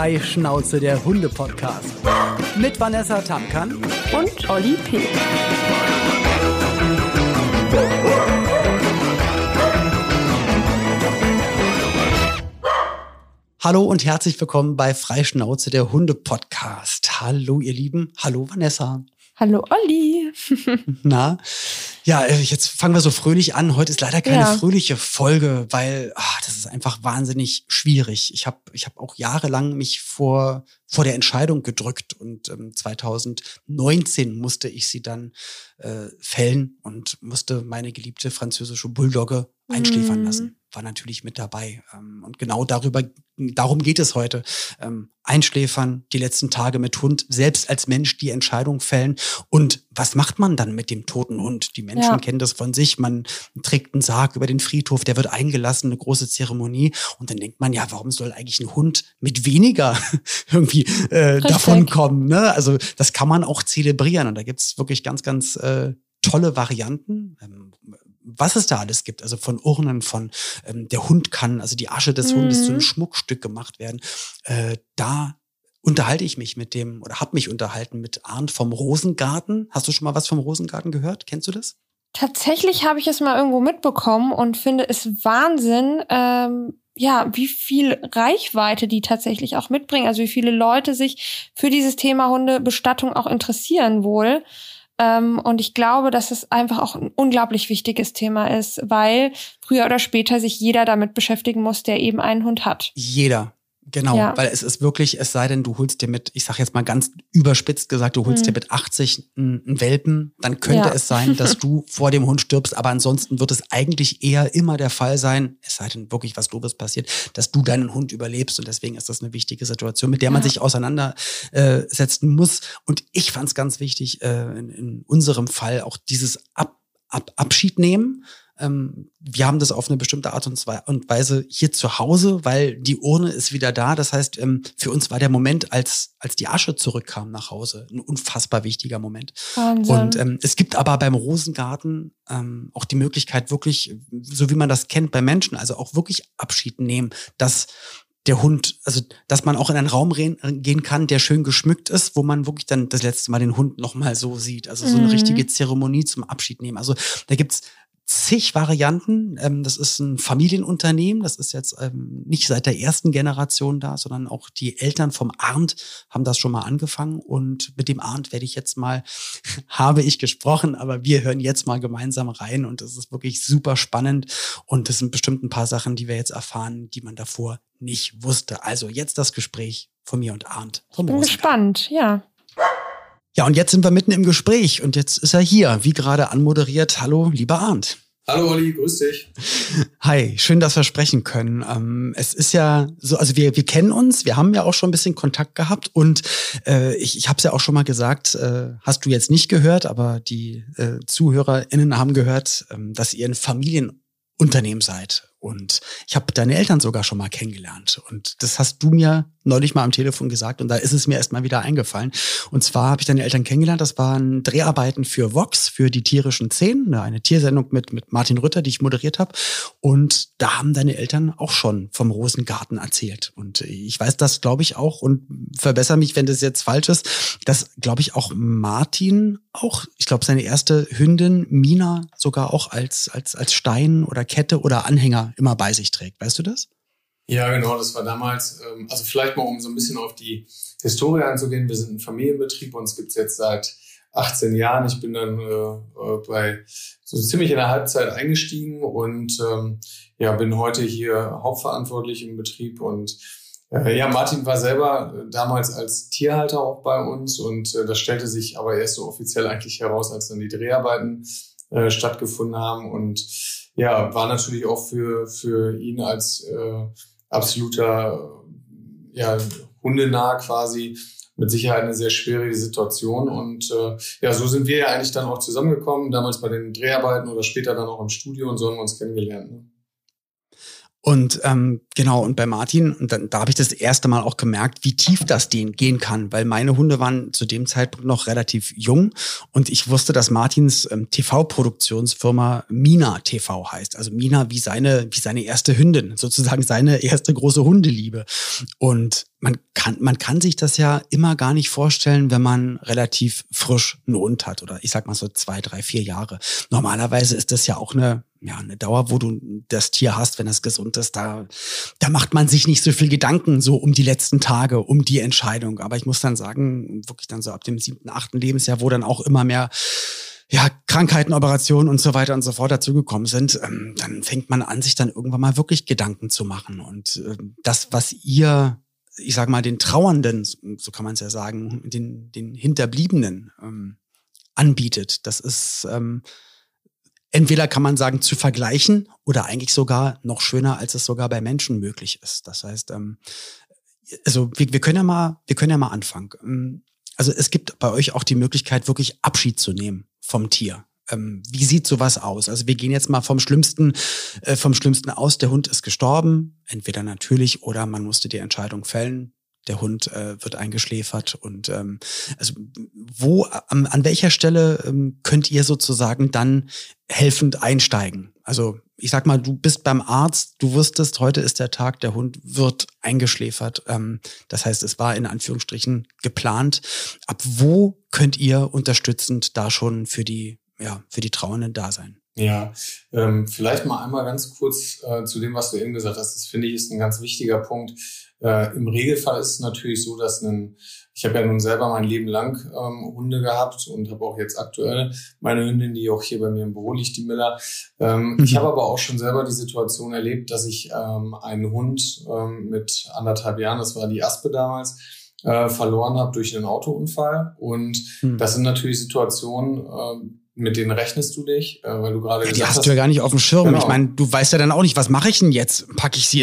Freischnauze, der Hunde-Podcast. Mit Vanessa Tamkan und Olli P. Hallo und herzlich willkommen bei Freischnauze, der Hunde-Podcast. Hallo ihr Lieben, hallo Vanessa. Hallo Olli. Na, ja, jetzt fangen wir so fröhlich an. Heute ist leider keine fröhliche Folge, weil das ist einfach wahnsinnig schwierig. Ich hab auch jahrelang mich vor der Entscheidung gedrückt und 2019 musste ich sie dann fällen und musste meine geliebte französische Bulldogge einschläfern lassen. War natürlich mit dabei. Und genau darum geht es heute. Einschläfern, die letzten Tage mit Hund, selbst als Mensch die Entscheidung fällen. Und was macht man dann mit dem toten Hund? Die Menschen kennen das von sich. Man trägt einen Sarg über den Friedhof, der wird eingelassen, eine große Zeremonie. Und dann denkt man, ja, warum soll eigentlich ein Hund mit weniger irgendwie davon kommen? Ne? Also das kann man auch zelebrieren. Und da gibt's wirklich ganz, ganz tolle Varianten. Was es da alles gibt, also von Urnen, von der Hund kann, also die Asche des Hundes zu einem Schmuckstück gemacht werden. Da unterhalte ich mich habe mich unterhalten mit Arndt vom Rosengarten. Hast du schon mal was vom Rosengarten gehört? Kennst du das? Tatsächlich habe ich es mal irgendwo mitbekommen und finde es Wahnsinn, wie viel Reichweite die tatsächlich auch mitbringen. Also wie viele Leute sich für dieses Thema Hundebestattung auch interessieren wohl. Und ich glaube, dass es einfach auch ein unglaublich wichtiges Thema ist, weil früher oder später sich jeder damit beschäftigen muss, der eben einen Hund hat. Jeder. Genau, weil es ist wirklich, es sei denn, du holst dir ich sag jetzt mal ganz überspitzt gesagt, du holst dir mit 80 einen Welpen, dann könnte es sein, dass du vor dem Hund stirbst, aber ansonsten wird es eigentlich eher immer der Fall sein, es sei denn wirklich was Doofes passiert, dass du deinen Hund überlebst und deswegen ist das eine wichtige Situation, mit der man sich auseinandersetzen muss. Und ich fand es ganz wichtig, in unserem Fall auch dieses Abschied nehmen. Wir haben das auf eine bestimmte Art und Weise hier zu Hause, weil die Urne ist wieder da. Das heißt, für uns war der Moment, als die Asche zurückkam nach Hause, ein unfassbar wichtiger Moment. Wahnsinn. Und es gibt aber beim Rosengarten auch die Möglichkeit, wirklich, so wie man das kennt bei Menschen, also auch wirklich Abschied nehmen, dass der Hund, also dass man auch in einen Raum gehen kann, der schön geschmückt ist, wo man wirklich dann das letzte Mal den Hund nochmal so sieht. Also so eine richtige Zeremonie zum Abschied nehmen. Also da gibt's zig Varianten. Das ist ein Familienunternehmen. Das ist jetzt nicht seit der ersten Generation da, sondern auch die Eltern vom Arndt haben das schon mal angefangen. Und mit dem Arndt habe ich gesprochen, aber wir hören jetzt mal gemeinsam rein. Und das ist wirklich super spannend. Und das sind bestimmt ein paar Sachen, die wir jetzt erfahren, die man davor nicht wusste. Also jetzt das Gespräch von mir und Arndt vom Rosengarten. Bin gespannt, ja. Ja, und jetzt sind wir mitten im Gespräch und jetzt ist er hier, wie gerade anmoderiert. Hallo, lieber Arndt. Hallo Olli, grüß dich. Hi, schön, dass wir sprechen können. Es ist ja so, also wir kennen uns, wir haben ja auch schon ein bisschen Kontakt gehabt und ich habe es ja auch schon mal gesagt, hast du jetzt nicht gehört, aber die ZuhörerInnen haben gehört, dass ihr ein Familienunternehmen seid. Und ich habe deine Eltern sogar schon mal kennengelernt. Und das hast du mir neulich mal am Telefon gesagt. Und da ist es mir erst mal wieder eingefallen. Und zwar habe ich deine Eltern kennengelernt. Das waren Dreharbeiten für Vox, für die tierischen Szenen. Eine Tiersendung mit Martin Rütter, die ich moderiert habe. Und da haben deine Eltern auch schon vom Rosengarten erzählt. Und ich weiß das, glaube ich, auch. Und verbessere mich, wenn das jetzt falsch ist. Dass, glaube ich, auch Martin ich glaube, seine erste Hündin Mina sogar auch als Stein oder Kette oder Anhänger immer bei sich trägt. Weißt du das? Ja, genau. Das war damals, also vielleicht mal, um so ein bisschen auf die Historie einzugehen. Wir sind ein Familienbetrieb, uns gibt's jetzt seit 18 Jahren. Ich bin dann bei so ziemlich in der Halbzeit eingestiegen und bin heute hier hauptverantwortlich im Betrieb. Und Martin war selber damals als Tierhalter auch bei uns und das stellte sich aber erst so offiziell eigentlich heraus, als dann die Dreharbeiten stattgefunden haben und war natürlich auch für ihn als absoluter hundenah quasi mit Sicherheit eine sehr schwierige Situation und so sind wir ja eigentlich dann auch zusammengekommen, damals bei den Dreharbeiten oder später dann auch im Studio und so haben wir uns kennengelernt. Ne? Und genau, und bei Martin, und da habe ich das erste Mal auch gemerkt, wie tief das gehen kann, weil meine Hunde waren zu dem Zeitpunkt noch relativ jung und ich wusste, dass Martins TV-Produktionsfirma Mina TV heißt. Also Mina wie seine erste Hündin, sozusagen seine erste große Hundeliebe. Und man kann sich das ja immer gar nicht vorstellen, wenn man relativ frisch einen Hund hat oder ich sag mal so 2, 3, 4 Jahre. Normalerweise ist das ja auch eine Dauer, wo du das Tier hast, wenn es gesund ist, da macht man sich nicht so viel Gedanken so um die letzten Tage, um die Entscheidung. Aber ich muss dann sagen, wirklich dann so ab dem 7., 8. Lebensjahr, wo dann auch immer mehr Krankheiten, Operationen und so weiter und so fort dazugekommen sind, dann fängt man an, sich dann irgendwann mal wirklich Gedanken zu machen. Und das, was ihr, ich sag mal, den Trauernden, so kann man es ja sagen, den Hinterbliebenen anbietet, das ist entweder kann man sagen, zu vergleichen oder eigentlich sogar noch schöner, als es sogar bei Menschen möglich ist. Das heißt, also wir können ja mal anfangen. Also es gibt bei euch auch die Möglichkeit, wirklich Abschied zu nehmen vom Tier. Wie sieht sowas aus? Also wir gehen jetzt mal vom Schlimmsten aus. Der Hund ist gestorben, entweder natürlich oder man musste die Entscheidung fällen. Der Hund wird eingeschläfert und also an welcher Stelle könnt ihr sozusagen dann helfend einsteigen? Also ich sag mal, du bist beim Arzt, du wusstest, heute ist der Tag, der Hund wird eingeschläfert. Das heißt, es war in Anführungsstrichen geplant. Ab wo könnt ihr unterstützend da schon für die Trauernden da sein? Ja, vielleicht mal einmal ganz kurz zu dem, was du eben gesagt hast. Das finde ich ist ein ganz wichtiger Punkt. Im Regelfall ist es natürlich so, dass ich habe ja nun selber mein Leben lang Hunde gehabt und habe auch jetzt aktuell meine Hündin, die auch hier bei mir im Büro liegt, die Miller. Ich habe aber auch schon selber die Situation erlebt, dass ich einen Hund mit 1,5 Jahren, das war die Aspe damals, verloren habe durch einen Autounfall. Und das sind natürlich Situationen, mit denen rechnest du dich, weil du gerade die hast du ja gar nicht auf dem Schirm. Genau. Ich meine, du weißt ja dann auch nicht, was mache ich denn jetzt? Packe ich sie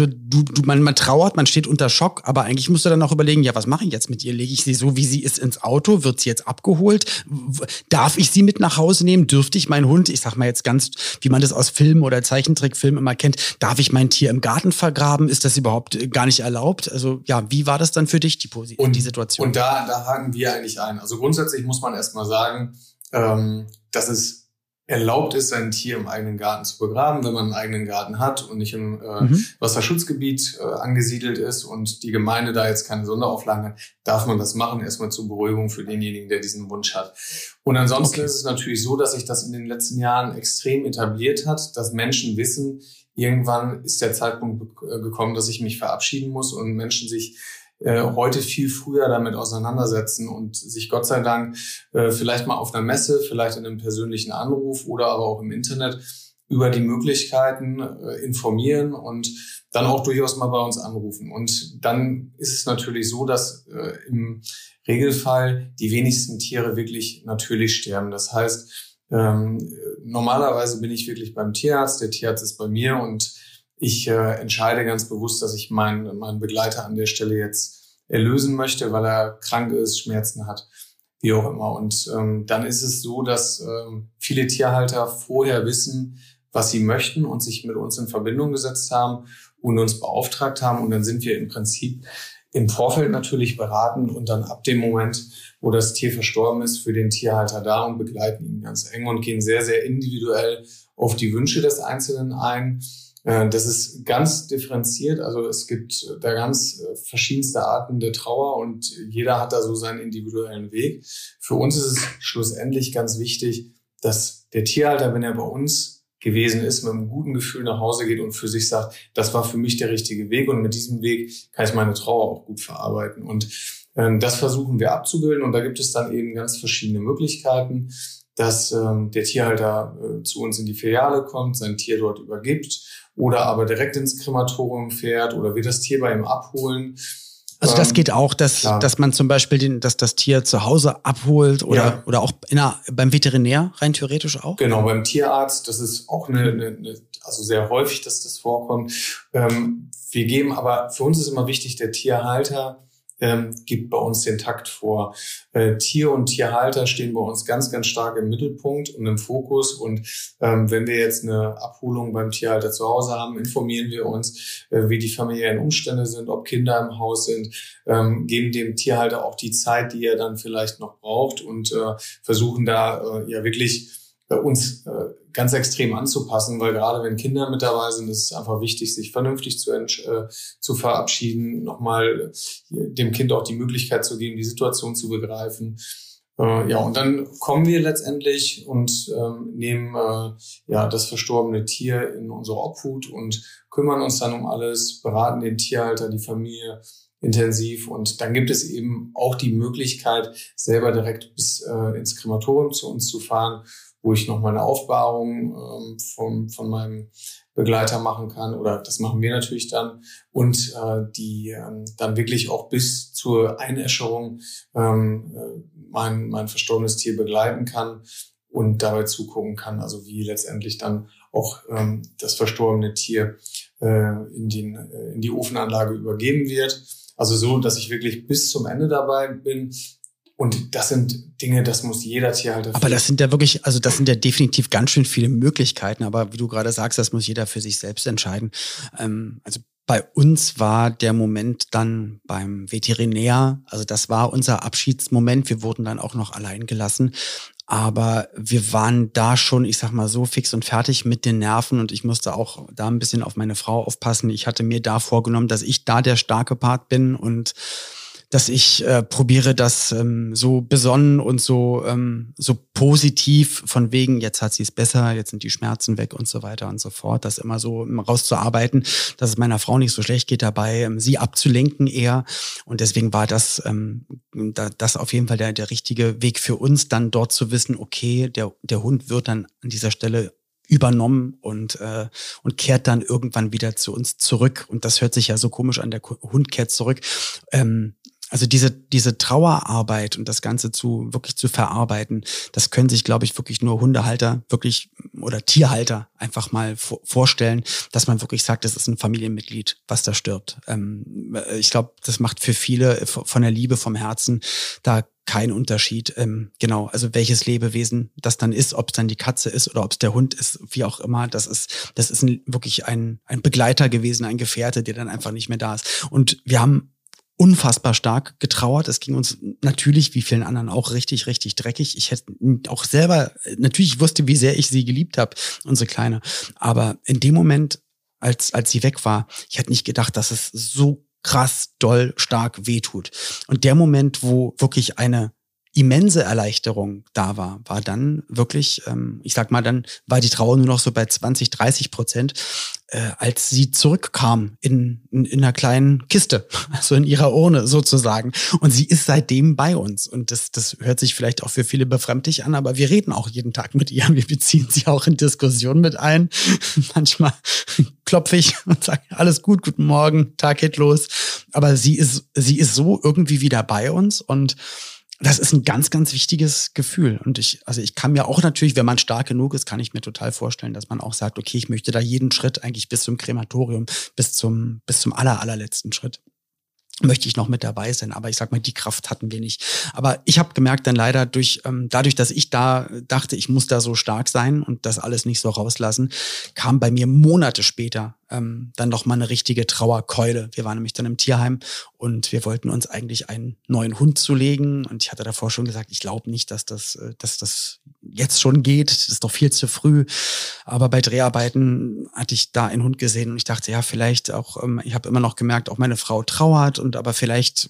man trauert, man steht unter Schock, aber eigentlich musst du dann auch überlegen, ja, was mache ich jetzt mit ihr? Lege ich sie so, wie sie ist, ins Auto? Wird sie jetzt abgeholt? Darf ich sie mit nach Hause nehmen? Dürfte ich meinen Hund, ich sag mal jetzt ganz, wie man das aus Filmen oder Zeichentrickfilmen immer kennt, darf ich mein Tier im Garten vergraben? Ist das überhaupt gar nicht erlaubt? Also ja, wie war das dann für dich, die Situation? Und da haken wir eigentlich ein. Also grundsätzlich muss man erstmal sagen, dass es erlaubt ist, sein Tier im eigenen Garten zu begraben, wenn man einen eigenen Garten hat und nicht im Wasserschutzgebiet angesiedelt ist und die Gemeinde da jetzt keine Sonderauflagen hat, darf man das machen, erstmal zur Beruhigung für denjenigen, der diesen Wunsch hat. Und ansonsten ist es natürlich so, dass sich das in den letzten Jahren extrem etabliert hat, dass Menschen wissen, irgendwann ist der Zeitpunkt gekommen, dass ich mich verabschieden muss und Menschen sich heute viel früher damit auseinandersetzen und sich Gott sei Dank vielleicht mal auf einer Messe, vielleicht in einem persönlichen Anruf oder aber auch im Internet über die Möglichkeiten informieren und dann auch durchaus mal bei uns anrufen. Und dann ist es natürlich so, dass im Regelfall die wenigsten Tiere wirklich natürlich sterben. Das heißt, normalerweise bin ich wirklich beim Tierarzt, der Tierarzt ist bei mir und ich entscheide ganz bewusst, dass ich meinen Begleiter an der Stelle jetzt erlösen möchte, weil er krank ist, Schmerzen hat, wie auch immer. Und dann ist es so, dass viele Tierhalter vorher wissen, was sie möchten und sich mit uns in Verbindung gesetzt haben und uns beauftragt haben. Und dann sind wir im Prinzip im Vorfeld natürlich beratend und dann ab dem Moment, wo das Tier verstorben ist, für den Tierhalter da und begleiten ihn ganz eng und gehen sehr, sehr individuell auf die Wünsche des Einzelnen ein. Das ist ganz differenziert, also es gibt da ganz verschiedenste Arten der Trauer und jeder hat da so seinen individuellen Weg. Für uns ist es schlussendlich ganz wichtig, dass der Tierhalter, wenn er bei uns gewesen ist, mit einem guten Gefühl nach Hause geht und für sich sagt, das war für mich der richtige Weg und mit diesem Weg kann ich meine Trauer auch gut verarbeiten. Und das versuchen wir abzubilden und da gibt es dann eben ganz verschiedene Möglichkeiten, dass der Tierhalter zu uns in die Filiale kommt, sein Tier dort übergibt oder aber direkt ins Krematorium fährt oder wir das Tier bei ihm abholen. Also das geht auch, dass man zum Beispiel dass das Tier zu Hause abholt oder auch beim Veterinär rein theoretisch auch? Genau, beim Tierarzt, das ist auch also sehr häufig, dass das vorkommt. Wir geben aber, für uns ist immer wichtig, der Tierhalter gibt bei uns den Takt vor. Tier und Tierhalter stehen bei uns ganz, ganz stark im Mittelpunkt und im Fokus. Und wenn wir jetzt eine Abholung beim Tierhalter zu Hause haben, informieren wir uns, wie die familiären Umstände sind, ob Kinder im Haus sind, geben dem Tierhalter auch die Zeit, die er dann vielleicht noch braucht und versuchen da ja wirklich uns ganz extrem anzupassen, weil gerade wenn Kinder mit dabei sind, ist es einfach wichtig, sich vernünftig zu verabschieden, nochmal dem Kind auch die Möglichkeit zu geben, die Situation zu begreifen. Ja, und dann kommen wir letztendlich und nehmen das verstorbene Tier in unsere Obhut und kümmern uns dann um alles, beraten den Tierhalter, die Familie intensiv, und dann gibt es eben auch die Möglichkeit, selber direkt bis ins Krematorium zu uns zu fahren, wo ich noch mal eine Aufbahrung von meinem Begleiter machen kann, oder das machen wir natürlich dann, und die dann wirklich auch bis zur Einäscherung mein verstorbenes Tier begleiten kann und dabei zugucken kann, also wie letztendlich dann auch das verstorbene Tier in die Ofenanlage übergeben wird. Also so, dass ich wirklich bis zum Ende dabei bin. Und das sind Dinge, das muss jeder Tierhalter. Aber das sind ja wirklich, also das sind ja definitiv ganz schön viele Möglichkeiten. Aber wie du gerade sagst, das muss jeder für sich selbst entscheiden. Also bei uns war der Moment dann beim Veterinär, also das war unser Abschiedsmoment. Wir wurden dann auch noch allein gelassen. Aber wir waren da schon, ich sag mal so, fix und fertig mit den Nerven, und ich musste auch da ein bisschen auf meine Frau aufpassen. Ich hatte mir da vorgenommen, dass ich da der starke Part bin und dass ich probiere, das so besonnen und so positiv von wegen, jetzt hat sie es besser, jetzt sind die Schmerzen weg und so weiter und so fort, das immer so rauszuarbeiten, dass es meiner Frau nicht so schlecht geht dabei, sie abzulenken eher. Und deswegen war das auf jeden Fall der richtige Weg für uns, dann dort zu wissen, okay, der Hund wird dann an dieser Stelle übernommen und kehrt dann irgendwann wieder zu uns zurück. Und das hört sich ja so komisch an, der Hund kehrt zurück. Also diese Trauerarbeit und das Ganze wirklich zu verarbeiten, das können sich, glaube ich, wirklich nur Hundehalter wirklich oder Tierhalter einfach mal vorstellen, dass man wirklich sagt, das ist ein Familienmitglied, was da stirbt. Ich glaube, das macht für viele von der Liebe, vom Herzen da keinen Unterschied. Genau, also welches Lebewesen das dann ist, ob es dann die Katze ist oder ob es der Hund ist, wie auch immer, das ist wirklich ein Begleiter gewesen, ein Gefährte, der dann einfach nicht mehr da ist. Und wir haben unfassbar stark getrauert. Es ging uns natürlich, wie vielen anderen auch, richtig, richtig dreckig. Ich hätte auch selber, natürlich wusste, wie sehr ich sie geliebt habe, unsere Kleine. Aber in dem Moment, als sie weg war, ich hätte nicht gedacht, dass es so krass, doll, stark wehtut. Und der Moment, wo wirklich eine immense Erleichterung da war dann wirklich, ich sag mal, dann war die Trauer nur noch so bei 20-30%, als sie zurückkam in einer kleinen Kiste, also in ihrer Urne sozusagen. Und sie ist seitdem bei uns. Und das hört sich vielleicht auch für viele befremdlich an, aber wir reden auch jeden Tag mit ihr. Wir beziehen sie auch in Diskussionen mit ein. Manchmal klopfe ich und sage, alles gut, guten Morgen, Tag geht los. Aber sie ist so irgendwie wieder bei uns, und das ist ein ganz, ganz wichtiges Gefühl. Und ich kann mir auch natürlich, wenn man stark genug ist, kann ich mir total vorstellen, dass man auch sagt, okay, ich möchte da jeden Schritt eigentlich bis zum Krematorium, bis zum allerletzten Schritt möchte ich noch mit dabei sein. Aber ich sag mal, die Kraft hatten wir nicht. Aber ich habe gemerkt dann leider dadurch, dass ich da dachte, ich muss da so stark sein und das alles nicht so rauslassen, kam bei mir Monate später dann noch mal eine richtige Trauerkeule. Wir waren nämlich dann im Tierheim und wir wollten uns eigentlich einen neuen Hund zulegen. Und ich hatte davor schon gesagt, ich glaube nicht, dass das jetzt schon geht. Das ist doch viel zu früh. Aber bei Dreharbeiten hatte ich da einen Hund gesehen und ich dachte, ja, vielleicht auch, ich habe immer noch gemerkt, auch meine Frau trauert, aber vielleicht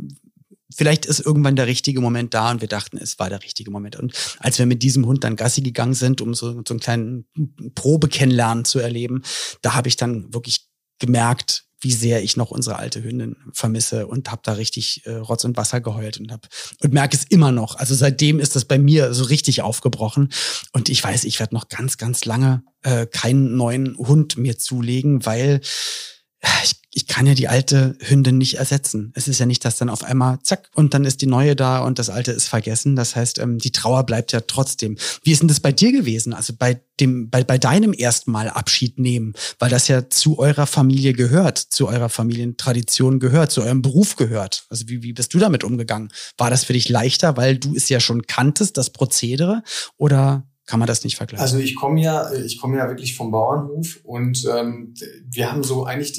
ist irgendwann der richtige Moment da, und wir dachten, es war der richtige Moment. Und als wir mit diesem Hund dann Gassi gegangen sind, um so einen kleinen Probe-Kennenlernen zu erleben, da habe ich dann wirklich gemerkt, wie sehr ich noch unsere alte Hündin vermisse, und habe da richtig Rotz und Wasser geheult und merke es immer noch. Also seitdem ist das bei mir so richtig aufgebrochen, und ich weiß, ich werde noch ganz, ganz lange keinen neuen Hund mir zulegen, weil ich kann ja die alte Hündin nicht ersetzen. Es ist ja nicht, dass dann auf einmal zack und dann ist die neue da und das alte ist vergessen. Das heißt, die Trauer bleibt ja trotzdem. Wie ist denn das bei dir gewesen? Also bei deinem ersten Mal Abschied nehmen, weil das ja zu eurer Familie gehört, zu eurer Familientradition gehört, zu eurem Beruf gehört. Also wie bist du damit umgegangen? War das für dich leichter, weil du es ja schon kanntest, das Prozedere, oder kann man das nicht vergleichen? Also ich komme ja wirklich vom Bauernhof und wir haben so eigentlich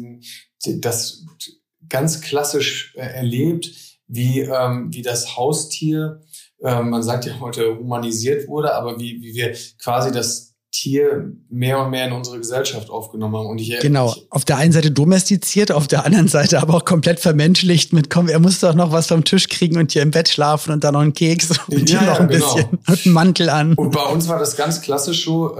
das ganz klassisch erlebt, wie das Haustier, man sagt ja heute humanisiert wurde, aber wie wir quasi das Tier mehr und mehr in unsere Gesellschaft aufgenommen haben. Und genau, auf der einen Seite domestiziert, auf der anderen Seite aber auch komplett vermenschlicht mit, komm, er muss doch noch was vom Tisch kriegen und hier im Bett schlafen und dann noch einen Keks und hier noch ein bisschen und einen Mantel an. Und bei uns war das ganz klassisch so,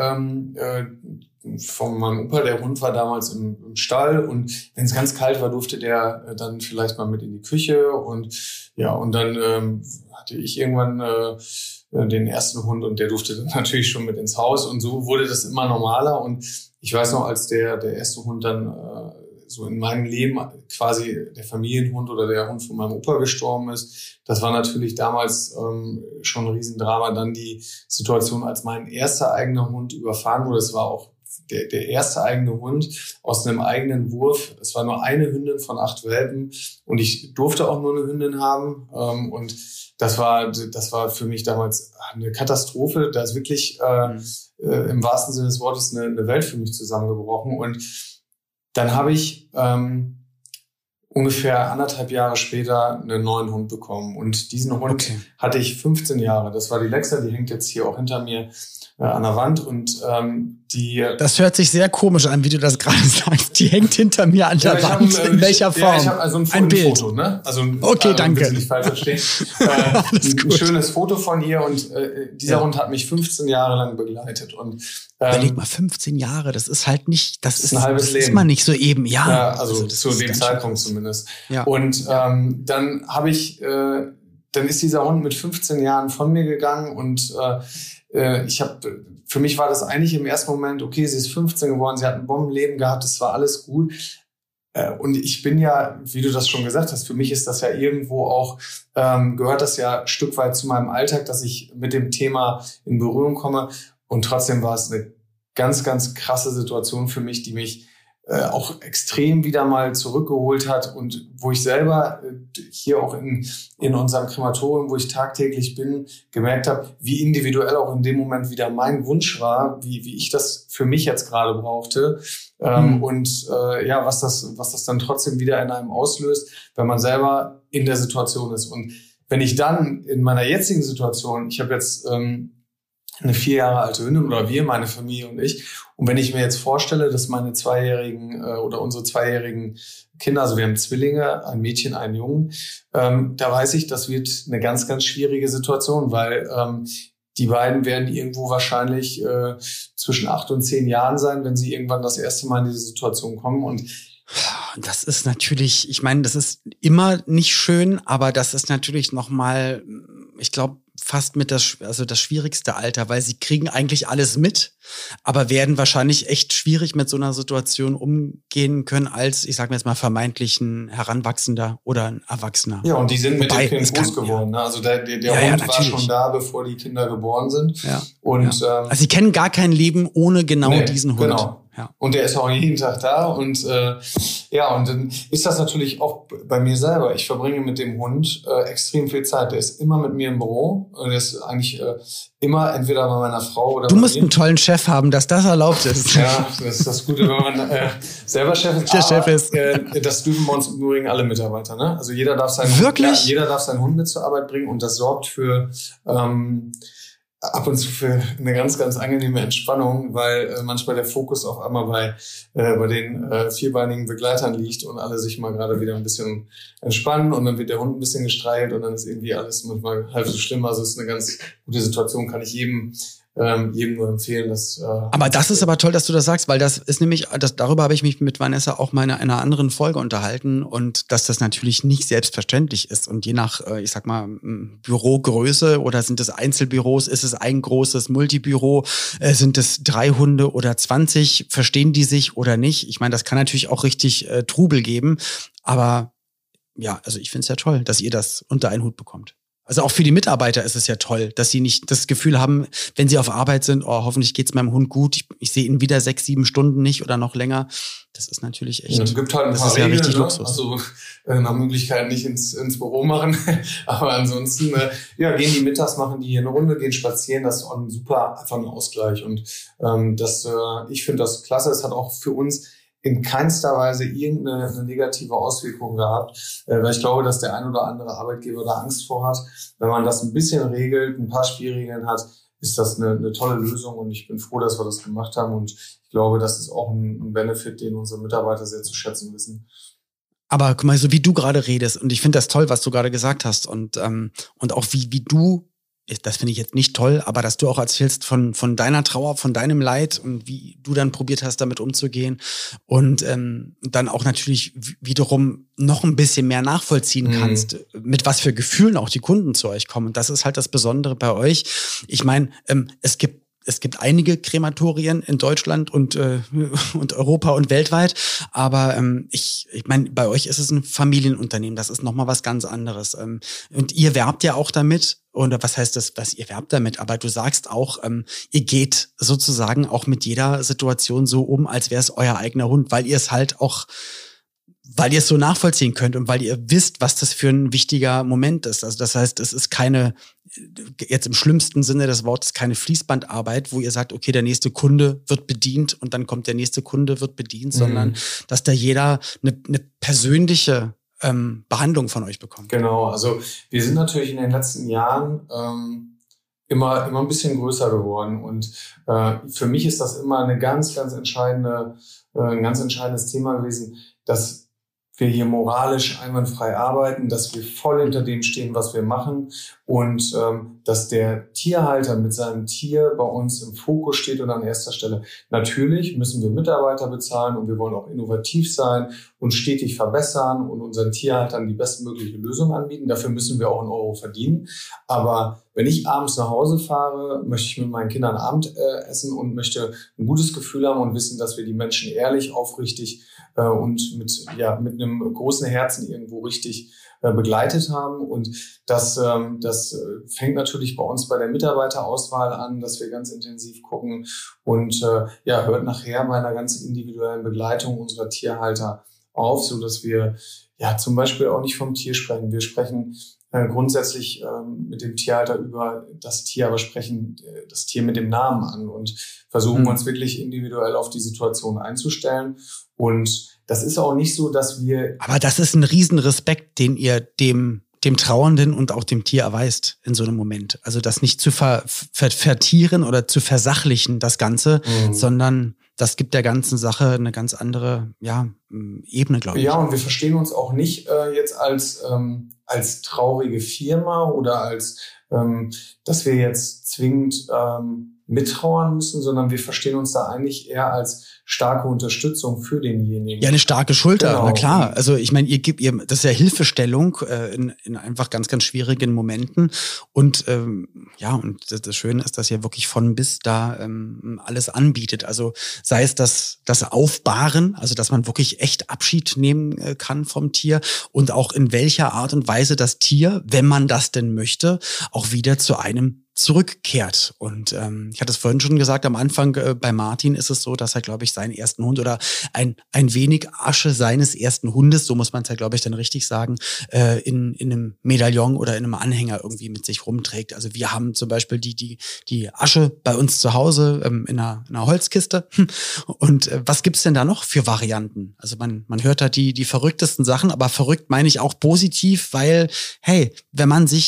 von meinem Opa, der Hund war damals im Stall und wenn es ganz kalt war, durfte der dann vielleicht mal mit in die Küche und dann hatte ich irgendwann den ersten Hund und der durfte dann natürlich schon mit ins Haus und so wurde das immer normaler und ich weiß noch, als der erste Hund dann so in meinem Leben quasi der Familienhund oder der Hund von meinem Opa gestorben ist, das war natürlich damals schon ein Riesendrama. Dann die Situation, als mein erster eigener Hund überfahren wurde, das war auch der erste eigene Hund aus einem eigenen Wurf. Es war nur eine Hündin von 8 Welpen und ich durfte auch nur eine Hündin haben und das war für mich damals eine Katastrophe. Da ist wirklich im wahrsten Sinne des Wortes eine Welt für mich zusammengebrochen. Und dann habe ich ungefähr 1,5 Jahre später einen neuen Hund bekommen. Und diesen Hund hatte ich 15 Jahre. Das war die Lexa, die hängt jetzt hier auch hinter mir an der Wand und Das hört sich sehr komisch an, wie du das gerade sagst. Die hängt hinter mir an der Wand. In welcher Form? Ja, ich habe also ein Bild. Foto, ne? Also danke. Nicht falsch verstehen. Ein schönes Foto von ihr und dieser Hund hat mich 15 Jahre lang begleitet und überleg mal, 15 Jahre, das ist halt nicht, das ist ein halbes Leben. Ist man nicht so eben, also zu dem Zeitpunkt zumindest. Ja. Und dann ist dieser Hund mit 15 Jahren von mir gegangen und für mich war das eigentlich im ersten Moment, okay, sie ist 15 geworden, sie hat ein Bombenleben gehabt, es war alles gut. Und ich bin ja, wie du das schon gesagt hast, für mich ist das ja irgendwo auch, gehört das ja ein Stück weit zu meinem Alltag, dass ich mit dem Thema in Berührung komme. Und trotzdem war es eine ganz, ganz krasse Situation für mich, die mich auch extrem wieder mal zurückgeholt hat und wo ich selber hier auch in unserem Krematorium, wo ich tagtäglich bin, gemerkt habe, wie individuell auch in dem Moment wieder mein Wunsch war, wie ich das für mich jetzt gerade brauchte und was das dann trotzdem wieder in einem auslöst, wenn man selber in der Situation ist. Und wenn ich dann in meiner jetzigen Situation, ich habe jetzt eine 4 Jahre alte Hündin oder wir, meine Familie und ich. Und wenn ich mir jetzt vorstelle, dass meine 2-jährigen oder unsere 2-jährigen Kinder, also wir haben Zwillinge, ein Mädchen, einen Jungen, da weiß ich, das wird eine ganz, ganz schwierige Situation, weil die beiden werden irgendwo wahrscheinlich zwischen 8 und 10 Jahren sein, wenn sie irgendwann das erste Mal in diese Situation kommen. Und das ist natürlich, ich meine, das ist immer nicht schön, aber das ist natürlich nochmal, ich glaube, fast mit das schwierigste Alter, weil sie kriegen eigentlich alles mit, aber werden wahrscheinlich echt schwierig mit so einer Situation umgehen können als, ich sage mir jetzt mal, vermeintlich ein Heranwachsender oder ein Erwachsener. Ja, und die sind mit dem Kind groß geworden. Ne? Also der Hund war schon da, bevor die Kinder geboren sind. Ja. Und also sie kennen gar kein Leben ohne diesen Hund. Genau. Ja. Und der ist auch jeden Tag da und und dann ist das natürlich auch bei mir selber. Ich verbringe mit dem Hund extrem viel Zeit. Der ist immer mit mir im Büro. Der ist eigentlich immer entweder bei meiner Frau oder Du musst einen tollen Chef haben, dass das erlaubt ist. Ja, das ist das Gute, wenn man selber Chef ist. Chef ist. Das dürfen bei uns im Übrigen alle Mitarbeiter. Ne? Also jeder darf seinen Hund mit zur Arbeit bringen und das sorgt für ab und zu für eine ganz, ganz angenehme Entspannung, weil manchmal der Fokus auf einmal bei den vierbeinigen Begleitern liegt und alle sich mal gerade wieder ein bisschen entspannen und dann wird der Hund ein bisschen gestreichelt und dann ist irgendwie alles manchmal halb so schlimm. Also es ist eine ganz gute Situation, kann ich jedem jedem nur empfehlen, dass... aber das ist aber toll, dass du das sagst, weil das ist nämlich, darüber habe ich mich mit Vanessa auch mal in einer anderen Folge unterhalten und dass das natürlich nicht selbstverständlich ist und je nach, ich sag mal, Bürogröße oder sind es Einzelbüros, ist es ein großes Multibüro, sind es 3 Hunde oder 20, verstehen die sich oder nicht? Ich meine, das kann natürlich auch richtig Trubel geben, aber ja, also ich finde es ja toll, dass ihr das unter einen Hut bekommt. Also auch für die Mitarbeiter ist es ja toll, dass sie nicht das Gefühl haben, wenn sie auf Arbeit sind, oh, hoffentlich geht's meinem Hund gut, ich sehe ihn wieder 6, 7 Stunden nicht oder noch länger. Das ist natürlich echt, es gibt halt ein paar das ist ja Regeln, richtig ne? Luxus. Also nach Möglichkeit nicht ins Büro machen, aber ansonsten gehen die mittags, machen die hier eine Runde, gehen spazieren, das ist auch einfach ein Ausgleich und ich finde das klasse, es hat auch für uns in keinster Weise irgendeine negative Auswirkung gehabt, weil ich glaube, dass der ein oder andere Arbeitgeber da Angst vor hat. Wenn man das ein bisschen regelt, ein paar Spielregeln hat, ist das eine tolle Lösung und ich bin froh, dass wir das gemacht haben und ich glaube, das ist auch ein Benefit, den unsere Mitarbeiter sehr zu schätzen wissen. Aber guck mal, so wie du gerade redest und ich finde das toll, was du gerade gesagt hast und auch wie du, das finde ich jetzt nicht toll, aber dass du auch erzählst von deiner Trauer, von deinem Leid und wie du dann probiert hast, damit umzugehen und dann auch natürlich wiederum noch ein bisschen mehr nachvollziehen kannst, mit was für Gefühlen auch die Kunden zu euch kommen. Und das ist halt das Besondere bei euch. Ich meine, es gibt einige Krematorien in Deutschland und Europa und weltweit, aber ich meine, bei euch ist es ein Familienunternehmen, das ist nochmal was ganz anderes. Und ihr werbt ja auch damit, oder was heißt das, was ihr werbt damit, aber du sagst auch, ihr geht sozusagen auch mit jeder Situation so um, als wäre es euer eigener Hund, weil ihr es halt auch, weil ihr es so nachvollziehen könnt und weil ihr wisst, was das für ein wichtiger Moment ist. Also das heißt, es ist keine, jetzt im schlimmsten Sinne des Wortes, keine Fließbandarbeit, wo ihr sagt, okay, der nächste Kunde wird bedient und dann kommt der nächste Kunde, wird bedient, sondern dass da jeder eine persönliche Behandlung von euch bekommt. Genau, also wir sind natürlich in den letzten Jahren immer ein bisschen größer geworden und für mich ist das immer ein ganz entscheidendes Thema gewesen, dass wir hier moralisch einwandfrei arbeiten, dass wir voll hinter dem stehen, was wir machen und dass der Tierhalter mit seinem Tier bei uns im Fokus steht und an erster Stelle. Natürlich müssen wir Mitarbeiter bezahlen und wir wollen auch innovativ sein und stetig verbessern und unseren Tierhaltern die bestmögliche Lösung anbieten. Dafür müssen wir auch einen Euro verdienen. Aber wenn ich abends nach Hause fahre, möchte ich mit meinen Kindern Abend essen und möchte ein gutes Gefühl haben und wissen, dass wir die Menschen ehrlich, aufrichtig und mit einem großen Herzen irgendwo richtig begleitet haben. Und das fängt natürlich bei uns bei der Mitarbeiterauswahl an, dass wir ganz intensiv gucken und hört nachher bei einer ganz individuellen Begleitung unserer Tierhalter auf, so dass wir zum Beispiel auch nicht vom Tier sprechen. Wir sprechen grundsätzlich mit dem Tierhalter über das Tier, aber sprechen das Tier mit dem Namen an und versuchen uns wirklich individuell auf die Situation einzustellen. Und das ist auch nicht so, dass wir... Aber das ist ein Riesenrespekt, den ihr dem Trauernden und auch dem Tier erweist in so einem Moment. Also das nicht zu vertieren oder zu versachlichen, das Ganze, sondern das gibt der ganzen Sache eine ganz andere Ebene, glaube ich. Ja, und wir verstehen uns auch nicht jetzt als traurige Firma oder als, dass wir jetzt zwingend mittrauern müssen, sondern wir verstehen uns da eigentlich eher als starke Unterstützung für denjenigen. Ja, eine starke Schulter, genau. Na klar. Also ich meine, das ist ja Hilfestellung in einfach ganz, ganz schwierigen Momenten. Und und das Schöne ist, dass ihr wirklich von bis da alles anbietet. Also sei es das Aufbahren, also dass man wirklich echt Abschied nehmen kann vom Tier und auch in welcher Art und Weise das Tier, wenn man das denn möchte, auch wieder zu einem zurückkehrt. Und ich hatte es vorhin schon gesagt, am Anfang bei Martin ist es so, dass er, glaube ich, seinen ersten Hund oder ein wenig Asche seines ersten Hundes, so muss man es ja, glaube ich, dann richtig sagen, in einem Medaillon oder in einem Anhänger irgendwie mit sich rumträgt. Also wir haben zum Beispiel die Asche bei uns zu Hause in einer Holzkiste. Und was gibt's denn da noch für Varianten? Also man hört da die verrücktesten Sachen, aber verrückt meine ich auch positiv, weil, hey, wenn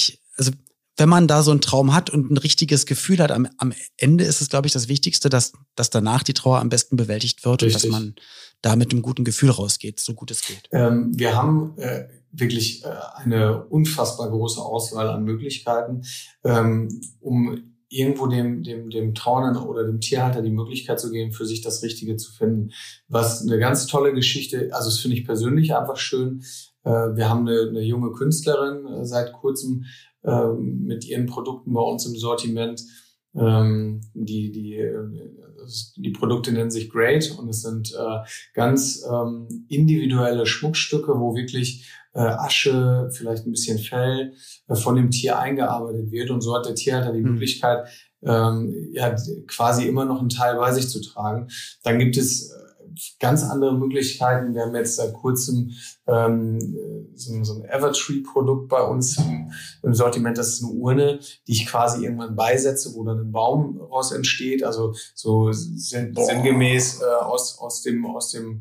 man da so einen Traum hat und ein richtiges Gefühl hat, am Ende ist es, glaube ich, das Wichtigste, dass danach die Trauer am besten bewältigt wird. Richtig. Und dass man da mit einem guten Gefühl rausgeht, so gut es geht. Wir haben wirklich eine unfassbar große Auswahl an Möglichkeiten, um irgendwo dem Trauernden oder dem Tierhalter die Möglichkeit zu geben, für sich das Richtige zu finden. Was eine ganz tolle Geschichte, also das finde ich persönlich einfach schön. Wir haben eine junge Künstlerin seit kurzem mit ihren Produkten bei uns im Sortiment. Die Produkte nennen sich Great und es sind ganz individuelle Schmuckstücke, wo wirklich Asche, vielleicht ein bisschen Fell von dem Tier eingearbeitet wird. Und so hat der Tierhalter die Möglichkeit, quasi immer noch einen Teil bei sich zu tragen. Dann gibt es ganz andere Möglichkeiten. Wir haben jetzt seit kurzem so ein Evertree-Produkt bei uns im Sortiment. Das ist eine Urne, die ich quasi irgendwann beisetze, wo dann ein Baum raus entsteht. Also so sinngemäß aus dem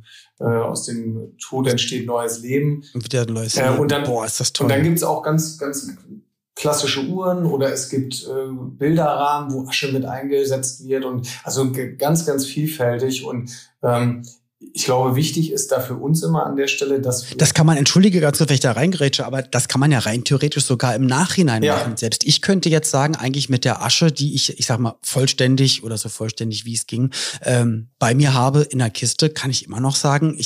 Tod entsteht neues Leben. Wieder ein neues Leben. Und dann, ist das toll. Und dann gibt's auch ganz klassische Uhren oder es gibt Bilderrahmen, wo Asche mit eingesetzt wird und also ganz, ganz vielfältig und ich glaube, wichtig ist da für uns immer an der Stelle, dass... Das kann man, entschuldige ganz kurz, wenn ich da reingrätsche, aber das kann man ja rein theoretisch sogar im Nachhinein machen. Selbst ich könnte jetzt sagen, eigentlich mit der Asche, die ich sag mal, vollständig oder so vollständig, wie es ging, bei mir habe in der Kiste, kann ich immer noch sagen,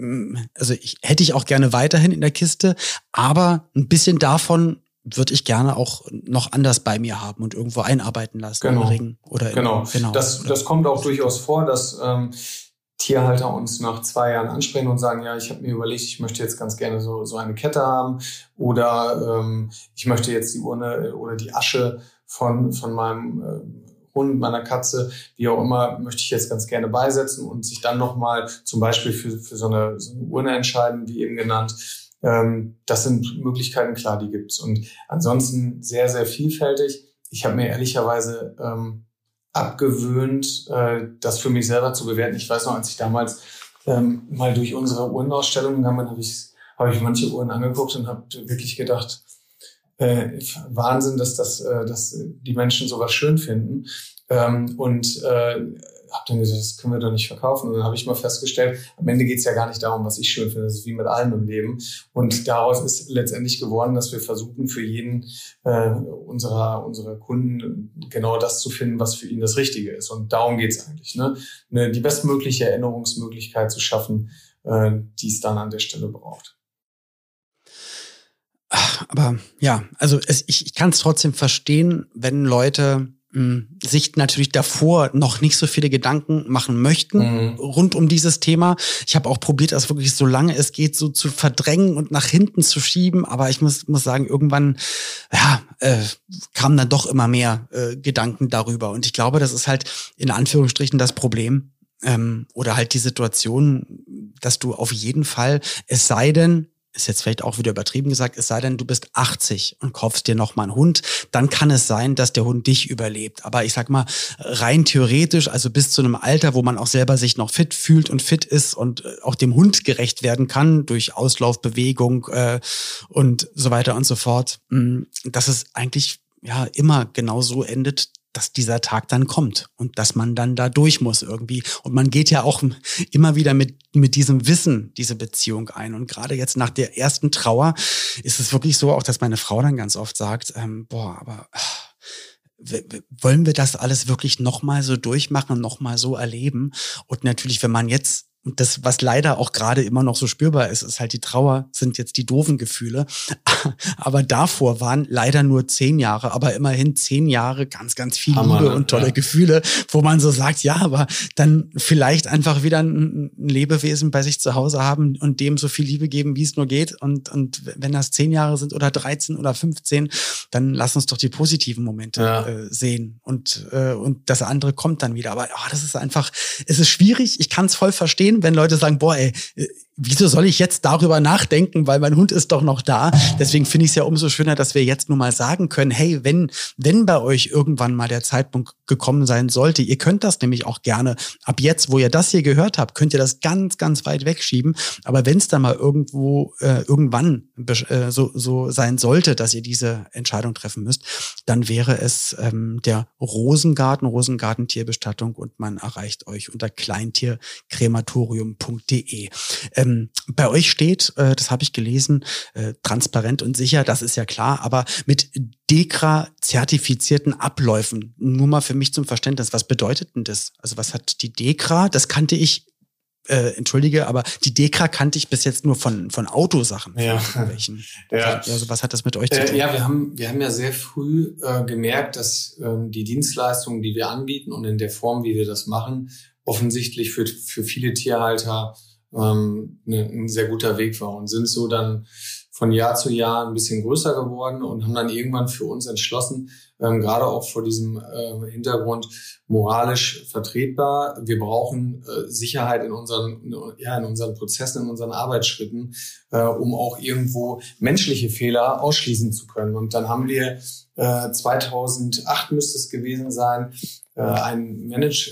hätte ich auch gerne weiterhin in der Kiste, aber ein bisschen davon würde ich gerne auch noch anders bei mir haben und irgendwo einarbeiten lassen. Genau. Im Ring oder genau. Das kommt auch durchaus vor, dass Tierhalter uns nach 2 Jahren ansprechen und sagen, ja, ich habe mir überlegt, ich möchte jetzt ganz gerne so eine Kette haben oder ich möchte jetzt die Urne oder die Asche von meinem Hund, meiner Katze, wie auch immer, möchte ich jetzt ganz gerne beisetzen und sich dann nochmal zum Beispiel für so eine Urne entscheiden, wie eben genannt. Das sind Möglichkeiten, klar, die gibt's. Und ansonsten sehr, sehr vielfältig. Ich habe mir ehrlicherweise abgewöhnt, das für mich selber zu bewerten. Ich weiß noch, als ich damals mal durch unsere Uhrenausstellung gegangen bin, habe ich manche Uhren angeguckt und habe wirklich gedacht, Wahnsinn, dass die Menschen sowas schön finden. Habe dann gesagt, das können wir doch nicht verkaufen. Und dann habe ich mal festgestellt, am Ende geht es ja gar nicht darum, was ich schön finde. Das ist wie mit allem im Leben. Und daraus ist letztendlich geworden, dass wir versuchen, für jeden unserer Kunden genau das zu finden, was für ihn das Richtige ist. Und darum geht es eigentlich. Ne? Die bestmögliche Erinnerungsmöglichkeit zu schaffen, die es dann an der Stelle braucht. Aber ja, also ich kann es trotzdem verstehen, wenn Leute sich natürlich davor noch nicht so viele Gedanken machen möchten rund um dieses Thema. Ich habe auch probiert, das wirklich so lange es geht so zu verdrängen und nach hinten zu schieben, aber ich muss sagen, irgendwann kamen dann doch immer mehr Gedanken darüber und ich glaube, das ist halt in Anführungsstrichen das Problem oder halt die Situation, dass du auf jeden Fall, es sei denn, ist jetzt vielleicht auch wieder übertrieben gesagt, es sei denn, du bist 80 und kaufst dir noch mal einen Hund, dann kann es sein, dass der Hund dich überlebt. Aber ich sag mal, rein theoretisch, also bis zu einem Alter, wo man auch selber sich noch fit fühlt und fit ist und auch dem Hund gerecht werden kann durch Auslaufbewegung und so weiter und so fort, dass es eigentlich ja immer genau so endet, dass dieser Tag dann kommt und dass man dann da durch muss irgendwie. Und man geht ja auch immer wieder mit diesem Wissen diese Beziehung ein. Und gerade jetzt nach der ersten Trauer ist es wirklich so, auch dass meine Frau dann ganz oft sagt, wollen wir das alles wirklich nochmal so durchmachen und nochmal so erleben? Und natürlich, wenn man jetzt, und das, was leider auch gerade immer noch so spürbar ist, ist halt die Trauer, sind jetzt die doofen Gefühle. Aber davor waren leider nur 10 Jahre, aber immerhin 10 Jahre ganz, ganz viel Liebe und tolle Gefühle, wo man so sagt, ja, aber dann vielleicht einfach wieder ein Lebewesen bei sich zu Hause haben und dem so viel Liebe geben, wie es nur geht. Und wenn das 10 Jahre sind oder 13 oder 15, dann lass uns doch die positiven Momente sehen. Und das andere kommt dann wieder. Aber das ist einfach, es ist schwierig. Ich kann es voll verstehen, wenn Leute sagen, wieso soll ich jetzt darüber nachdenken, weil mein Hund ist doch noch da. Deswegen finde ich es ja umso schöner, dass wir jetzt nun mal sagen können, hey, wenn bei euch irgendwann mal der Zeitpunkt gekommen sein sollte, ihr könnt das nämlich auch gerne, ab jetzt, wo ihr das hier gehört habt, könnt ihr das ganz, ganz weit wegschieben. Aber wenn es dann mal irgendwann so sein sollte, dass ihr diese Entscheidung treffen müsst, dann wäre es der Rosengarten Tierbestattung und man erreicht euch unter kleintierkrematorium.de. Bei euch steht, das habe ich gelesen, transparent und sicher, das ist ja klar, aber mit DEKRA-zertifizierten Abläufen. Nur mal für mich zum Verständnis, was bedeutet denn das? Also was hat die DEKRA? Das kannte ich, entschuldige, aber die DEKRA kannte ich bis jetzt nur von Autosachen. Ja. Also was hat das mit euch zu tun? Ja, wir haben ja sehr früh gemerkt, dass die Dienstleistungen, die wir anbieten und in der Form, wie wir das machen, offensichtlich für viele Tierhalter ein sehr guter Weg war und sind so dann von Jahr zu Jahr ein bisschen größer geworden und haben dann irgendwann für uns entschlossen, gerade auch vor diesem Hintergrund moralisch vertretbar. Wir brauchen Sicherheit in unseren Prozessen, in unseren Arbeitsschritten, um auch irgendwo menschliche Fehler ausschließen zu können. Und dann haben wir 2008 müsste es gewesen sein, ein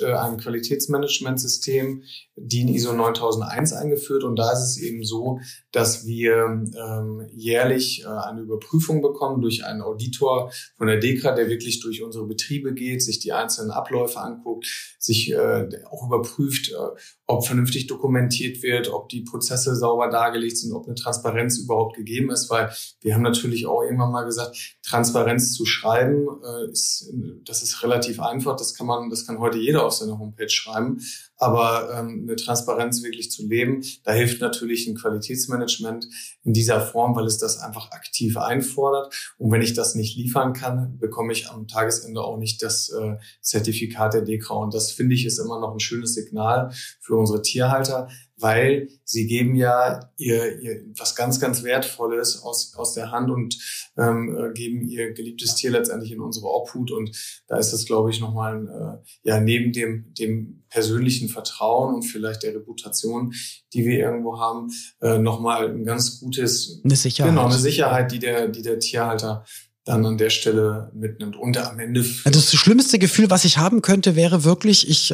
Qualitätsmanagementsystem, DIN ISO 9001 eingeführt. Und da ist es eben so, dass wir jährlich eine Überprüfung bekommen durch einen Auditor von der DEKRA, der wirklich durch unsere Betriebe geht, sich die einzelnen Abläufe anguckt, sich auch überprüft, ob vernünftig dokumentiert wird, ob die Prozesse sauber dargelegt sind, ob eine Transparenz überhaupt gegeben ist, weil wir haben natürlich auch irgendwann mal gesagt, Transparenz zu schreiben, das ist relativ einfach, das kann heute jeder auf seiner Homepage schreiben, aber eine Transparenz wirklich zu leben, da hilft natürlich ein Qualitätsmanagement in dieser Form, weil es das einfach aktiv einfordert. Und wenn ich das nicht liefern kann, bekomme ich am Tagesende auch nicht das Zertifikat der DEKRA. Und das, finde ich, ist immer noch ein schönes Signal für unsere Tierhalter, weil sie geben ja ihr was ganz, ganz Wertvolles aus der Hand und geben ihr geliebtes Tier letztendlich in unsere Obhut. Und da ist das, glaube ich, nochmal neben dem persönlichen Vertrauen und vielleicht der Reputation, die wir irgendwo haben, nochmal ein ganz gutes... Eine Sicherheit. Genau, eine Sicherheit, die der Tierhalter dann an der Stelle mitnimmt. Und am Ende... Das schlimmste Gefühl, was ich haben könnte, wäre wirklich, ich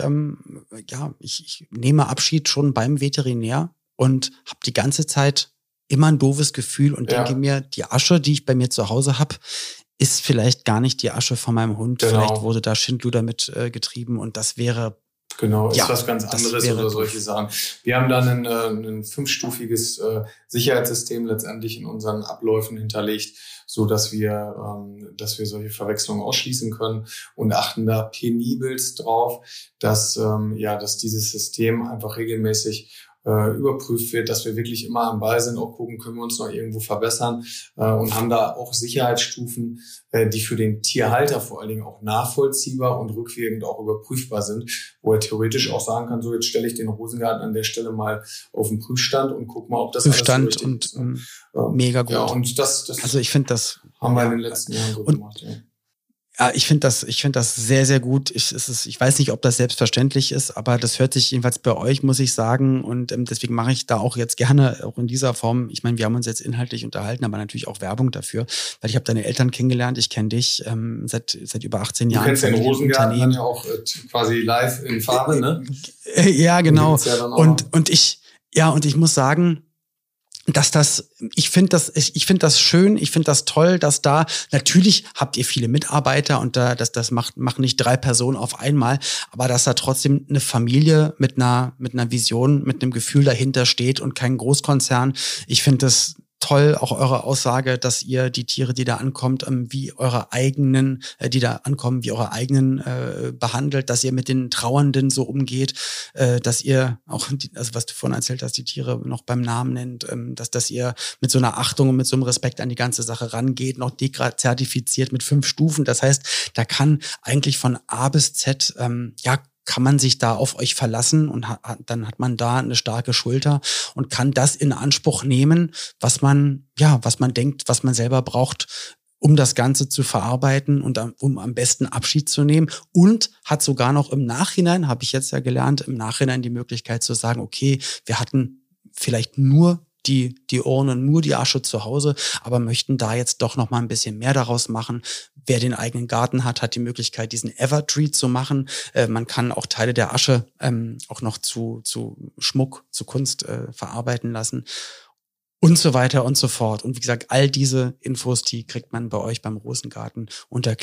nehme Abschied schon beim Veterinär und habe die ganze Zeit immer ein doofes Gefühl und denke mir, die Asche, die ich bei mir zu Hause habe, ist vielleicht gar nicht die Asche von meinem Hund. Genau. Vielleicht wurde da Schindluder mit getrieben und das wäre... Genau, ist was ganz anderes oder solche Sachen. Wir haben dann ein 5-stufiges Sicherheitssystem letztendlich in unseren Abläufen hinterlegt, so dass wir solche Verwechslungen ausschließen können und achten da penibelst drauf, dass dieses System einfach regelmäßig überprüft wird, dass wir wirklich immer am Ball sind, auch gucken, können wir uns noch irgendwo verbessern und haben da auch Sicherheitsstufen, die für den Tierhalter vor allen Dingen auch nachvollziehbar und rückwirkend auch überprüfbar sind, wo er theoretisch auch sagen kann, so jetzt stelle ich den Rosengarten an der Stelle mal auf den Prüfstand und guck mal, ob das Prüfstand alles so richtig und ist. Mega gut. Ja, und das also ich finde das haben wir in den letzten Jahren so gemacht. Ja. Ja, ich finde das sehr, sehr gut. Ich weiß nicht, ob das selbstverständlich ist, aber das hört sich jedenfalls bei euch, muss ich sagen. Und deswegen mache ich da auch jetzt gerne, auch in dieser Form, ich meine, wir haben uns jetzt inhaltlich unterhalten, aber natürlich auch Werbung dafür, weil ich habe deine Eltern kennengelernt, ich kenne dich seit über 18 Jahren. Du kennst den Rosengarten dann ja auch quasi live in Farbe, ne? Ja, genau. Und ich muss sagen, ich finde das schön, ich finde das toll, dass da, natürlich habt ihr viele Mitarbeiter und das machen nicht 3 Personen auf einmal, aber dass da trotzdem eine Familie mit einer Vision, mit einem Gefühl dahinter steht und kein Großkonzern. Ich finde das toll, auch eure Aussage, dass ihr die Tiere, die da ankommt, wie eure eigenen behandelt, dass ihr mit den Trauernden so umgeht, dass ihr auch, also was du vorhin erzählt hast, die Tiere noch beim Namen nennt, dass ihr mit so einer Achtung und mit so einem Respekt an die ganze Sache rangeht, noch DEKRA zertifiziert mit 5 Stufen. Das heißt, da kann eigentlich von A bis Z, kann man sich da auf euch verlassen und dann hat man da eine starke Schulter und kann das in Anspruch nehmen, was man denkt, was man selber braucht, um das Ganze zu verarbeiten und um am besten Abschied zu nehmen, und hat sogar noch im Nachhinein, habe ich jetzt ja gelernt, im Nachhinein die Möglichkeit zu sagen, okay, wir hatten vielleicht nur die Urne, nur die Asche zu Hause, aber möchten da jetzt doch noch mal ein bisschen mehr daraus machen. Wer den eigenen Garten hat die Möglichkeit, diesen Evertree zu machen. Man kann auch Teile der Asche auch noch zu Schmuck, zu Kunst verarbeiten lassen. und so weiter und so fort. Und wie gesagt, all diese Infos, die kriegt man bei euch beim Rosengarten unter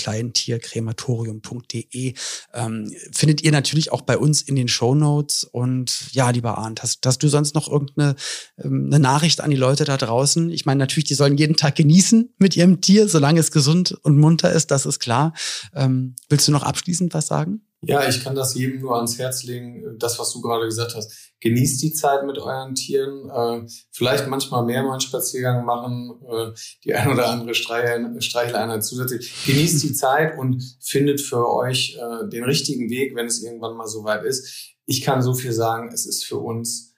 kleintierkrematorium.de. Findet ihr natürlich auch bei uns in den Shownotes. Und ja, lieber Arndt, hast du sonst noch irgendeine eine Nachricht an die Leute da draußen? Ich meine, natürlich, die sollen jeden Tag genießen mit ihrem Tier, solange es gesund und munter ist, das ist klar. Willst du noch abschließend was sagen? Ja, ich kann das jedem nur ans Herz legen, das, was du gerade gesagt hast. Genießt die Zeit mit euren Tieren, vielleicht manchmal mehr mal einen Spaziergang machen, die ein oder andere Streicheleinheit zusätzlich. Genießt die Zeit und findet für euch den richtigen Weg, wenn es irgendwann mal soweit ist. Ich kann so viel sagen, es ist für uns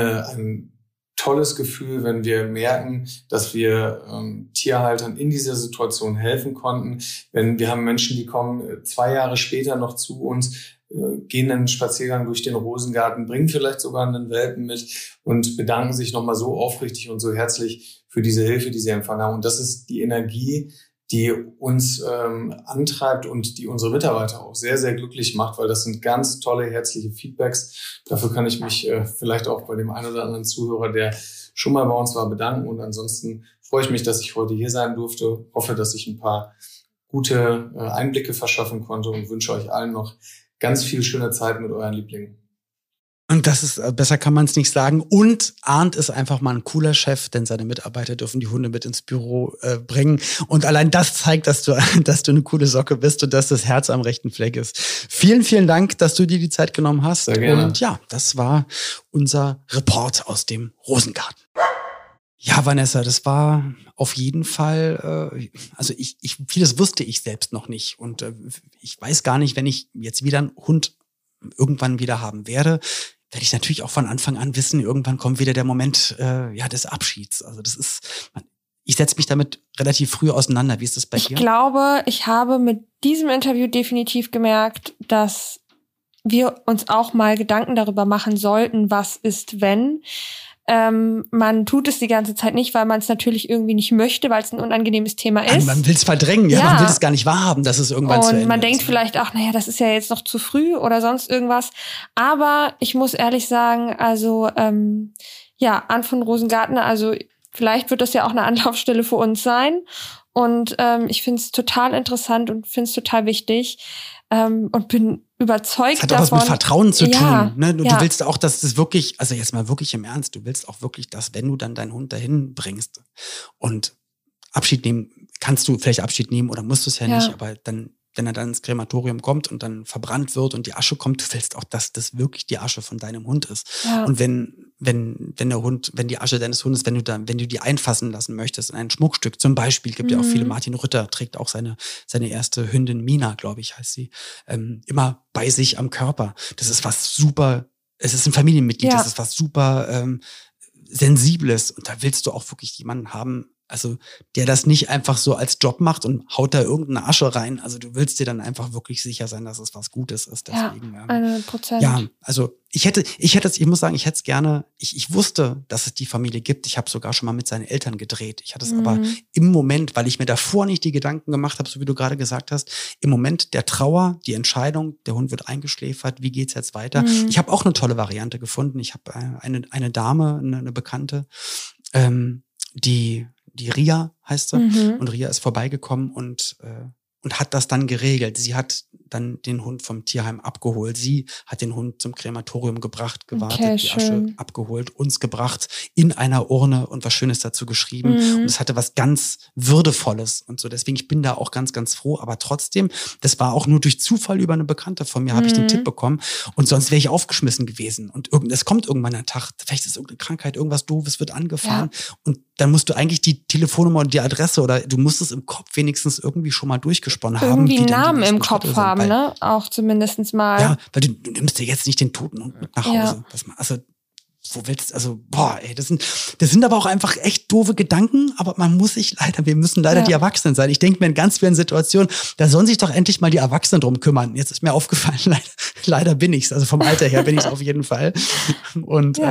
ein tolles Gefühl, wenn wir merken, dass wir Tierhaltern in dieser Situation helfen konnten. Wenn wir haben Menschen, die kommen 2 Jahre später noch zu uns, gehen einen Spaziergang durch den Rosengarten, bringen vielleicht sogar einen Welpen mit und bedanken sich nochmal so aufrichtig und so herzlich für diese Hilfe, die sie empfangen haben. Und das ist die Energie, die uns antreibt und die unsere Mitarbeiter auch sehr, sehr glücklich macht, weil das sind ganz tolle, herzliche Feedbacks. Dafür kann ich mich vielleicht auch bei dem einen oder anderen Zuhörer, der schon mal bei uns war, bedanken. Und ansonsten freue ich mich, dass ich heute hier sein durfte. Hoffe, dass ich ein paar gute Einblicke verschaffen konnte und wünsche euch allen noch ganz viel schöne Zeit mit euren Lieblingen. Und das ist, besser kann man es nicht sagen. Und Arndt ist einfach mal ein cooler Chef, denn seine Mitarbeiter dürfen die Hunde mit ins Büro bringen. Und allein das zeigt, dass du eine coole Socke bist und dass das Herz am rechten Fleck ist. Vielen, vielen Dank, dass du dir die Zeit genommen hast. Sehr gerne. Und ja, das war unser Report aus dem Rosengarten. Ja, Vanessa, das war auf jeden Fall, also vieles wusste ich selbst noch nicht. Und ich weiß gar nicht, wenn ich jetzt wieder einen Hund irgendwann wieder haben werde ich natürlich auch von Anfang an wissen, irgendwann kommt wieder der Moment des Abschieds. Also das ist, ich setze mich damit relativ früh auseinander. Wie ist das bei dir? Ich glaube, ich habe mit diesem Interview definitiv gemerkt, dass wir uns auch mal Gedanken darüber machen sollten, was ist, wenn. Man tut es die ganze Zeit nicht, weil man es natürlich irgendwie nicht möchte, weil es ein unangenehmes Thema ist. Man will es verdrängen, ja, man will es gar nicht wahrhaben, dass es irgendwann zu Ende ist. Und man denkt vielleicht, ach, naja, das ist ja jetzt noch zu früh oder sonst irgendwas. Aber ich muss ehrlich sagen, also Arndt von Rosengarten, also vielleicht wird das ja auch eine Anlaufstelle für uns sein. Und ich finde es total interessant und finde es total wichtig. Und bin überzeugt davon. Das hat auch was mit Vertrauen zu tun. Ne? Du willst auch, dass das wirklich, also jetzt mal wirklich im Ernst, du willst auch wirklich, dass wenn du dann deinen Hund dahin bringst und Abschied nehmen, kannst du vielleicht Abschied nehmen oder musst du es ja nicht, aber dann, wenn er dann ins Krematorium kommt und dann verbrannt wird und die Asche kommt, du willst auch, dass das wirklich die Asche von deinem Hund ist. Ja. Und wenn die Asche deines Hundes, wenn du die einfassen lassen möchtest in ein Schmuckstück, zum Beispiel, gibt ja auch viele, Martin Rütter trägt auch seine erste Hündin, Mina, glaube ich, heißt sie, immer bei sich am Körper. Das ist was super, es ist ein Familienmitglied, das ist was super Sensibles und da willst du auch wirklich jemanden haben, also der das nicht einfach so als Job macht und haut da irgendeine Asche rein. Also du willst dir dann einfach wirklich sicher sein, dass es was Gutes ist. Deswegen, 100%. Ja, also ich muss sagen, ich hätte es gerne, ich wusste, dass es die Familie gibt. Ich habe sogar schon mal mit seinen Eltern gedreht. Ich hatte es aber im Moment, weil ich mir davor nicht die Gedanken gemacht habe, so wie du gerade gesagt hast, im Moment der Trauer, die Entscheidung, der Hund wird eingeschläfert, wie geht's jetzt weiter? Ich habe auch eine tolle Variante gefunden. Ich habe eine Dame, eine Bekannte, die Ria heißt sie. Und Ria ist vorbeigekommen und hat das dann geregelt. Sie hat dann den Hund vom Tierheim abgeholt. Sie hat den Hund zum Krematorium gebracht, gewartet, die Asche abgeholt, uns gebracht, in einer Urne und was Schönes dazu geschrieben. Und es hatte was ganz Würdevolles und so. Deswegen, ich bin da auch ganz, ganz froh. Aber trotzdem, das war auch nur durch Zufall über eine Bekannte von mir, habe ich den Tipp bekommen. Und sonst wäre ich aufgeschmissen gewesen. Und es kommt irgendwann ein Tag, vielleicht ist irgendeine Krankheit, irgendwas Doofes wird angefahren. Ja. Und dann musst du eigentlich die Telefonnummer und die Adresse oder du musst es im Kopf wenigstens irgendwie schon mal durchgesponnen haben. Irgendwie einen Namen im Kopf haben, ne? Auch zumindest mal. Ja, weil du nimmst dir jetzt nicht den toten Hund mit nach Hause. Ja. Das sind aber auch einfach echt doofe Gedanken, aber wir müssen leider die Erwachsenen sein. Ich denke mir in ganz vielen Situationen, da sollen sich doch endlich mal die Erwachsenen drum kümmern. Jetzt ist mir aufgefallen, leider bin ich's. Also vom Alter her bin ich's auf jeden Fall. Und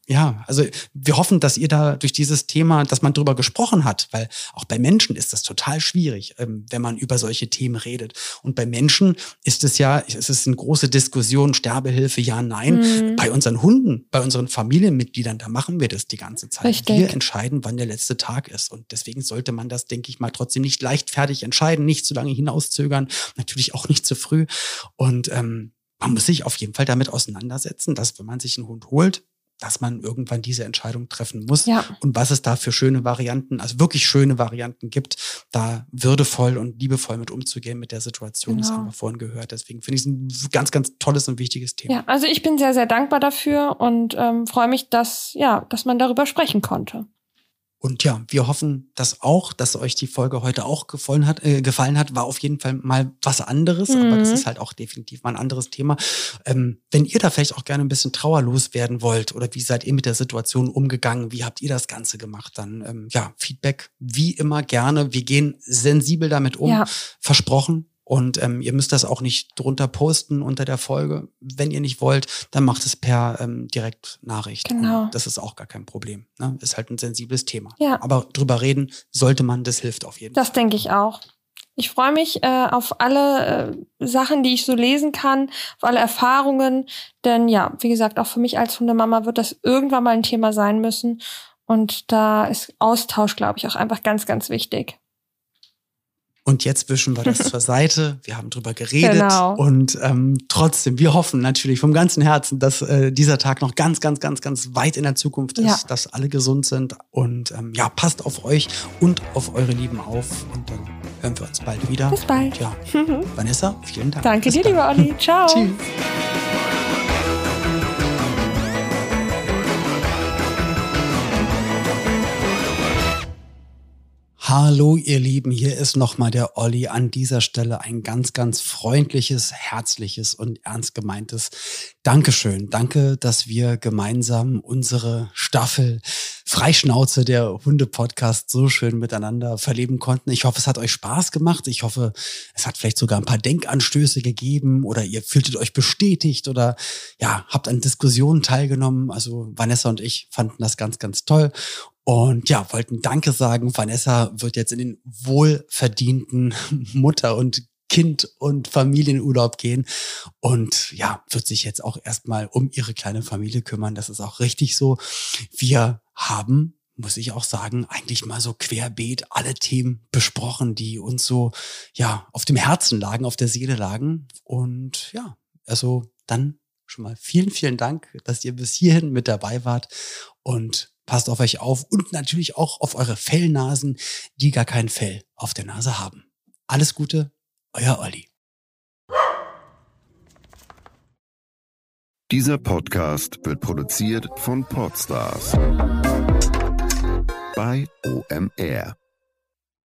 Ja, also wir hoffen, dass ihr da durch dieses Thema, dass man drüber gesprochen hat, weil auch bei Menschen ist das total schwierig, wenn man über solche Themen redet. Und bei Menschen ist es eine große Diskussion, Sterbehilfe, ja, nein. Bei unseren Hunden, bei unseren Familienmitgliedern, da machen wir das die ganze Zeit. Richtig. Wir entscheiden, wann der letzte Tag ist. Und deswegen sollte man das, denke ich mal, trotzdem nicht leichtfertig entscheiden, nicht zu lange hinauszögern, natürlich auch nicht zu früh. Und man muss sich auf jeden Fall damit auseinandersetzen, dass wenn man sich einen Hund holt, dass man irgendwann diese Entscheidung treffen muss. Ja. Und was es da für schöne Varianten, also wirklich schöne Varianten gibt, da würdevoll und liebevoll mit umzugehen mit der Situation. Genau. Das haben wir vorhin gehört. Deswegen finde ich es ein ganz, ganz tolles und wichtiges Thema. Ja, also ich bin sehr, sehr dankbar dafür und freue mich, dass man darüber sprechen konnte. Und ja, wir hoffen, dass euch die Folge heute auch gefallen hat. War auf jeden Fall mal was anderes, aber das ist halt auch definitiv mal ein anderes Thema. Wenn ihr da vielleicht auch gerne ein bisschen trauerlos werden wollt oder wie seid ihr mit der Situation umgegangen, wie habt ihr das Ganze gemacht, dann Feedback wie immer gerne. Wir gehen sensibel damit um, versprochen. Und ihr müsst das auch nicht drunter posten unter der Folge. Wenn ihr nicht wollt, dann macht es per Direktnachricht. Genau. Und das ist auch gar kein Problem. Ne? Ist halt ein sensibles Thema. Ja. Aber drüber reden sollte man, das hilft auf jeden Fall. Das denke ich auch. Ich freue mich auf alle Sachen, die ich so lesen kann, auf alle Erfahrungen. Denn ja, wie gesagt, auch für mich als Hundemama wird das irgendwann mal ein Thema sein müssen. Und da ist Austausch, glaube ich, auch einfach ganz, ganz wichtig. Und jetzt wischen wir das zur Seite. Wir haben drüber geredet. Genau. Und trotzdem, wir hoffen natürlich vom ganzen Herzen, dass dieser Tag noch ganz, ganz, ganz, ganz weit in der Zukunft ist, dass alle gesund sind. Und passt auf euch und auf eure Lieben auf. Und dann hören wir uns bald wieder. Bis bald. Ja. Vanessa, vielen Dank. Danke dir, lieber Olli. Ciao. Tschüss. Hallo ihr Lieben, hier ist nochmal der Olli. An dieser Stelle ein ganz, ganz freundliches, herzliches und ernst gemeintes Dankeschön. Danke, dass wir gemeinsam unsere Staffel Freischnauze, der Hunde-Podcast, so schön miteinander verleben konnten. Ich hoffe, es hat euch Spaß gemacht. Ich hoffe, es hat vielleicht sogar ein paar Denkanstöße gegeben oder ihr fühltet euch bestätigt oder habt an Diskussionen teilgenommen. Also Vanessa und ich fanden das ganz, ganz toll. Und wollten Danke sagen. Vanessa wird jetzt in den wohlverdienten Mutter- und Kind- und Familienurlaub gehen und wird sich jetzt auch erstmal um ihre kleine Familie kümmern. Das ist auch richtig so. Wir haben, muss ich auch sagen, eigentlich mal so querbeet alle Themen besprochen, die uns so auf dem Herzen lagen, auf der Seele lagen. Und also dann schon mal vielen, vielen Dank, dass ihr bis hierhin mit dabei wart und passt auf euch auf und natürlich auch auf eure Fellnasen, die gar kein Fell auf der Nase haben. Alles Gute, euer Olli. Dieser Podcast wird produziert von Podstars bei OMR.